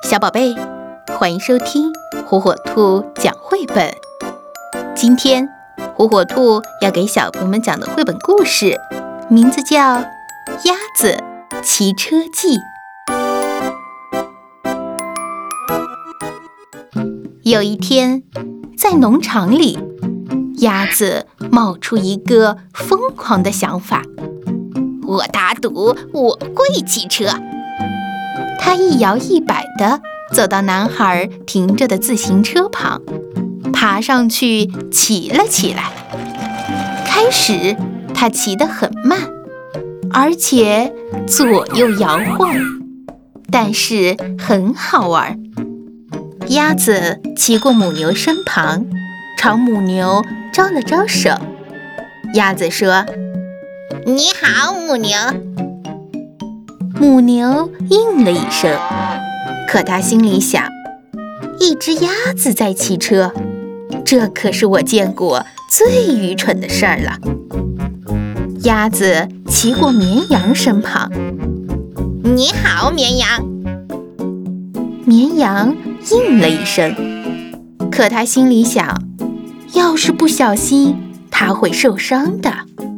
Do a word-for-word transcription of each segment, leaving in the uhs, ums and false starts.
小宝贝，欢迎收听火火兔讲绘本。今天火火兔要给小朋友们讲的绘本故事，名字叫《鸭子骑车记》。有一天，在农场里，鸭子冒出一个疯狂的想法： 我打赌我会骑车。 他一摇一摆地走到男孩停着的自行车旁，爬上去骑了起来。开始他骑得很慢，而且左右摇晃，但是很好玩。鸭子骑过母牛身旁，朝母牛招了招手。鸭子说： 你好，母牛。 母牛应了一声，可他心里想，一只鸭子在骑车，这可是我见过最愚蠢的事儿了。鸭子骑过绵羊身旁， 你好，绵羊。 绵羊应了一声，可他心里想，要是不小心，它会受伤的。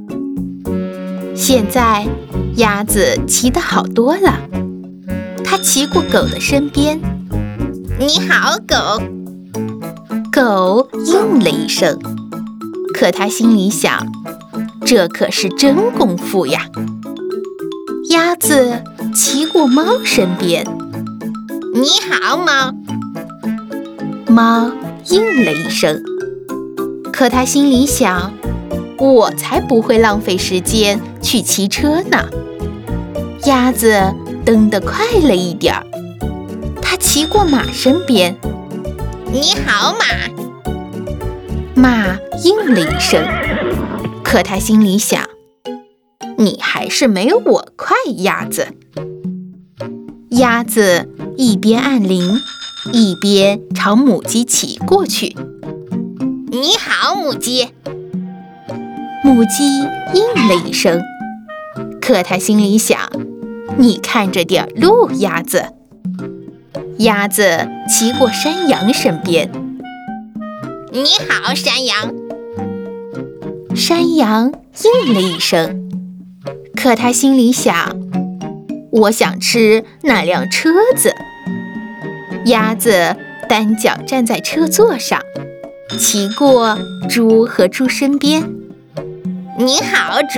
现在鸭子骑得好多了，它骑过狗的身边。 你好，狗。 狗应了一声，可它心里想，这可是真功夫呀。鸭子骑过猫身边。 你好，猫。 猫应了一声，可它心里想，我才不会浪费时间去骑车呢。鸭子蹬得快了一点儿，它骑过马身边。 你好，马。 马应了一声，可它心里想，你还是没有我快，鸭子。鸭子一边按铃，一边朝母鸡骑过去。 你好，母鸡。 母鸡应了一声，可它心里想，你看着点路，鸭子。鸭子骑过山羊身边。 你好，山羊。 山羊应了一声，可它心里想，我想吃那辆车子。鸭子单脚站在车座上，骑过猪和猪身边。 你好，猪。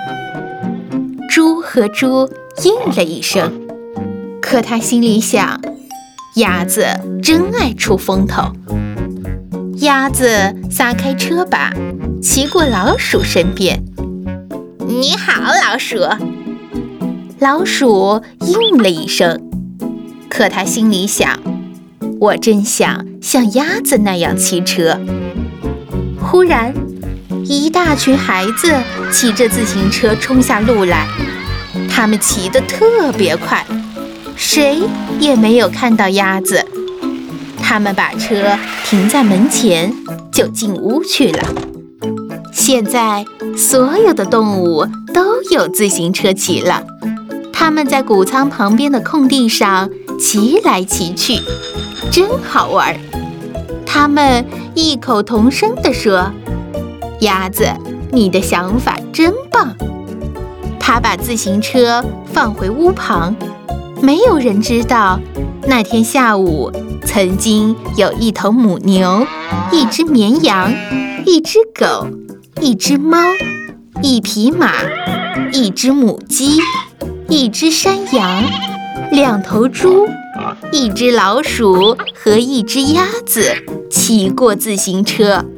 猪和猪应了一声，可他心里想，鸭子真爱出风头。鸭子撒开车把，骑过老鼠身边。 你好，老鼠。 老鼠应了一声，可他心里想，我真想像鸭子那样骑车。忽然，一大群孩子骑着自行车冲下路来，他们骑得特别快，谁也没有看到鸭子。他们把车停在门前，就进屋去了。现在，所有的动物都有自行车骑了，他们在谷仓旁边的空地上骑来骑去，真好玩。他们异口同声地说：鸭子，你的想法真棒。他把自行车放回屋旁，没有人知道，那天下午曾经有一头母牛，一只绵羊，一只狗，一只猫，一匹马，一只母鸡，一只山羊，两头猪，一只老鼠和一只鸭子骑过自行车。